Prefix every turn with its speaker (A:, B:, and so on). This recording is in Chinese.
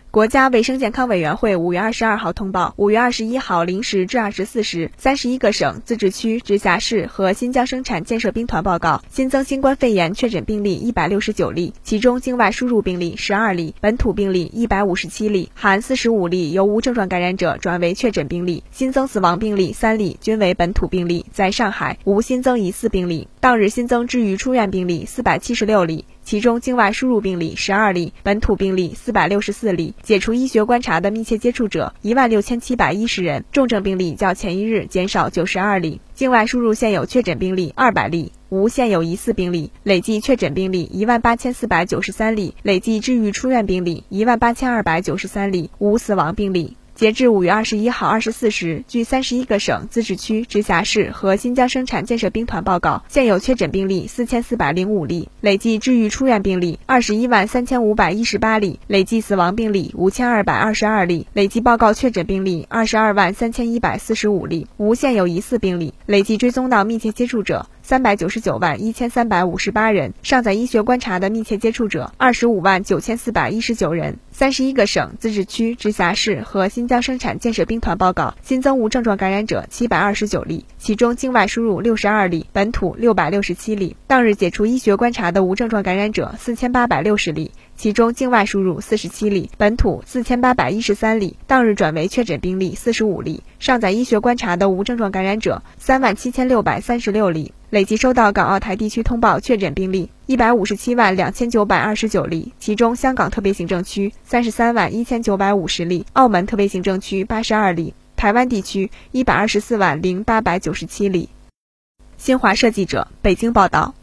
A: 国家卫生健康委员会5月22号通报，5月21号0时至24时，31个省、自治区、直辖市和新疆生产建设兵团报告新增新冠肺炎确诊病例169例，其中境外输入病例12例，本土病例157例，含45例由无症状感染者转为确诊病例。新增死亡病例3例，均为本土病例，在上海，无新增疑似病例。当日新增治愈出院病例476例。其中境外输入病例12例，本土病例464例，解除医学观察的密切接触者16710人，重症病例较前一日减少92例，境外输入现有确诊病例200例，无现有疑似病例，累计确诊病例18493例，累计治愈出院病例18293例，无死亡病例。截至5月21号24时，据31个省、自治区、直辖市和新疆生产建设兵团报告，现有确诊病例4405例，累计治愈出院病例213518例，累计死亡病例5222例，累计报告确诊病例223145例，无现有疑似病例，累计追踪到密切接触者3991358人，尚在医学观察的密切接触者259419人。31个省、自治区、直辖市和新疆生产建设兵团报告新增无症状感染者729例，其中境外输入62例，本土667例。当日解除医学观察的无症状感染者4860例，其中境外输入47例，本土4813例。当日转为确诊病例45例，尚在医学观察的无症状感染者37636例。累计收到港澳台地区通报确诊病例1572929例，其中香港特别行政区331950例，澳门特别行政区82例，台湾地区1240897例。新华社记者北京报道。